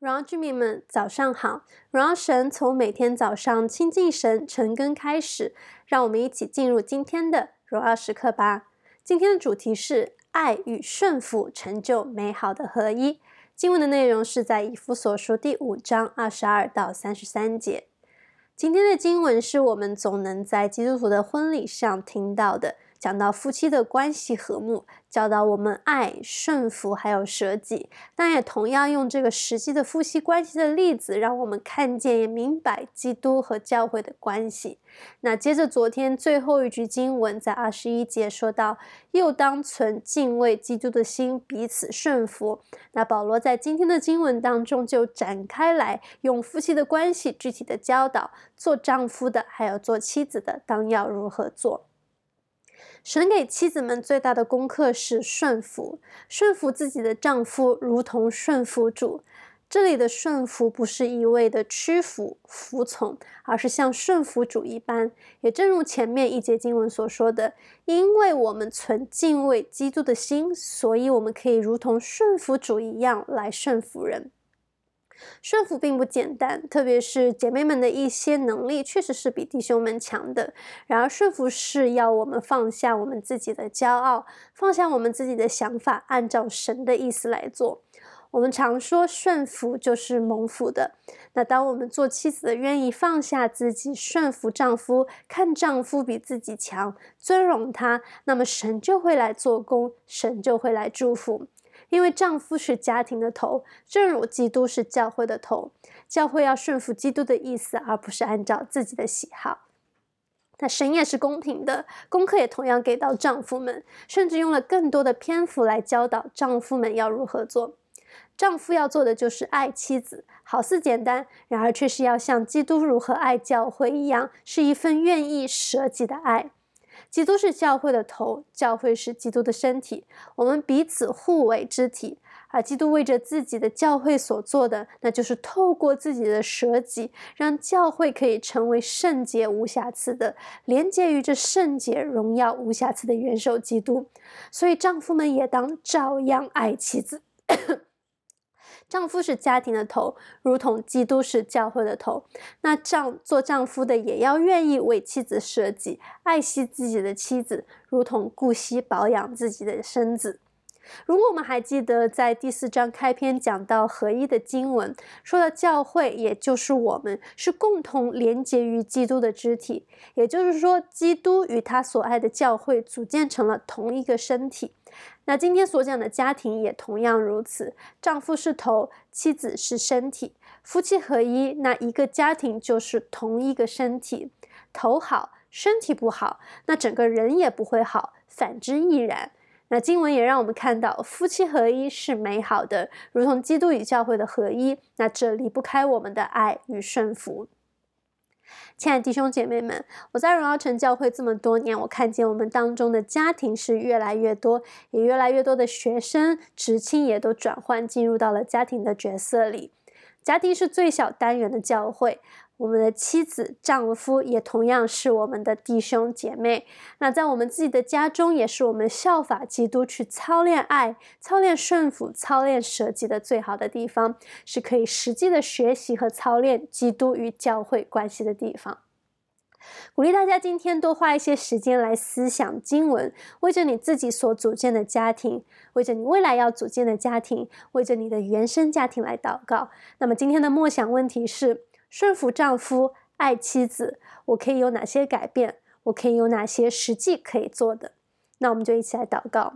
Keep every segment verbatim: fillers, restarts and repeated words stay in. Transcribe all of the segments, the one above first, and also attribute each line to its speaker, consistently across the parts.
Speaker 1: 荣耀居民们，早上好！荣耀神从每天早上亲近神、晨更开始，让我们一起进入今天的荣耀时刻吧。今天的主题是爱与顺服成就美好的合一。经文的内容是在以弗所书第五章二十二到三十三节。今天的经文是我们总能在基督徒的婚礼上听到的，讲到夫妻的关系和睦，教导我们爱、顺服还有舍己，但也同样用这个实际的夫妻关系的例子，让我们看见也明白基督和教会的关系。那接着昨天最后一句经文在二十一节说到，又当存敬畏基督的心，彼此顺服。那保罗在今天的经文当中就展开来，用夫妻的关系具体的教导，做丈夫的还有做妻子的当要如何做。神给妻子们最大的功课是顺服，顺服自己的丈夫如同顺服主。这里的顺服不是一味的屈服、服从，而是像顺服主一般。也正如前面一节经文所说的，因为我们存敬畏基督的心，所以我们可以如同顺服主一样来顺服人。顺服并不简单，特别是姐妹们的一些能力确实是比弟兄们强的。然而顺服是要我们放下我们自己的骄傲，放下我们自己的想法，按照神的意思来做。我们常说顺服就是蒙福的，那当我们做妻子的愿意放下自己，顺服丈夫，看丈夫比自己强，尊荣他，那么神就会来做工，神就会来祝福。因为丈夫是家庭的头，正如基督是教会的头，教会要顺服基督的意思，而不是按照自己的喜好。那神也是公平的，功课也同样给到丈夫们，甚至用了更多的篇幅来教导丈夫们要如何做。丈夫要做的就是爱妻子，好似简单，然而却是要像基督如何爱教会一样，是一份愿意舍己的爱。基督是教会的头，教会是基督的身体，我们彼此互为肢体。而基督为着自己的教会所做的，那就是透过自己的舍己，让教会可以成为圣洁无瑕疵的，连接于这圣洁荣耀无瑕疵的元首基督。所以丈夫们也当照样爱妻子。丈夫是家庭的头，如同基督是教会的头。那丈做丈夫的也要愿意为妻子舍己，爱惜自己的妻子，如同顾惜保养自己的身子。如果我们还记得在第四章开篇讲到合一的经文，说到教会也就是我们是共同连结于基督的肢体，也就是说基督与他所爱的教会组建成了同一个身体。那今天所讲的家庭也同样如此，丈夫是头，妻子是身体，夫妻合一，那一个家庭就是同一个身体。头好，身体不好，那整个人也不会好，反之亦然。那经文也让我们看到夫妻合一是美好的，如同基督与教会的合一，那这离不开我们的爱与顺服。亲爱的弟兄姐妹们，我在荣耀城教会这么多年，我看见我们当中的家庭是越来越多，也越来越多的学生、职青也都转换进入到了家庭的角色里。家庭是最小单元的教会，我们的妻子、丈夫也同样是我们的弟兄姐妹。那在我们自己的家中，也是我们效法基督去操练爱、操练顺服、操练舍己的最好的地方，是可以实际的学习和操练基督与教会关系的地方。鼓励大家今天多花一些时间来思想经文，为着你自己所组建的家庭，为着你未来要组建的家庭，为着你的原生家庭来祷告。那么今天的默想问题是，顺服丈夫，爱妻子，我可以有哪些改变？我可以有哪些实际可以做的？那我们就一起来祷告。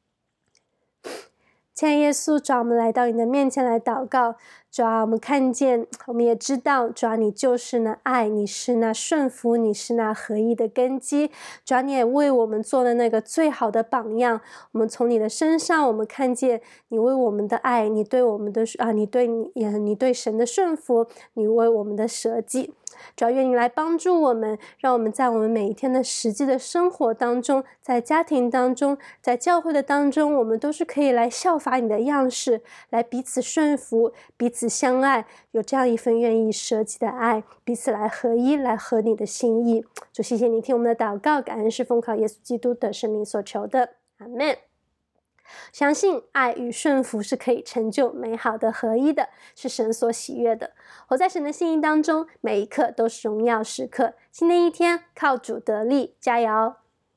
Speaker 1: 亲爱的耶稣，主啊，我们来到你的面前来祷告。主啊，我们看见，我们也知道，主啊，你就是那爱，你是那顺服，你是那合一的根基。主啊，你也为我们做了那个最好的榜样。我们从你的身上，我们看见你为我们的爱，你对我们的啊，你对你你对神的顺服，你为我们的舍己。主要愿你来帮助我们，让我们在我们每一天的实际的生活当中，在家庭当中，在教会的当中，我们都是可以来效法你的样式，来彼此顺服，彼此相爱，有这样一份愿意舍己的爱，彼此来合一，来合你的心意。主，谢谢你听我们的祷告，感恩是奉靠耶稣基督的圣名所求的，阿们。 相信爱与顺服是可以成就美好的合一的，是神所喜悦的。活在神的心意当中，每一刻都是荣耀时刻。新的一天，靠主得力，加油！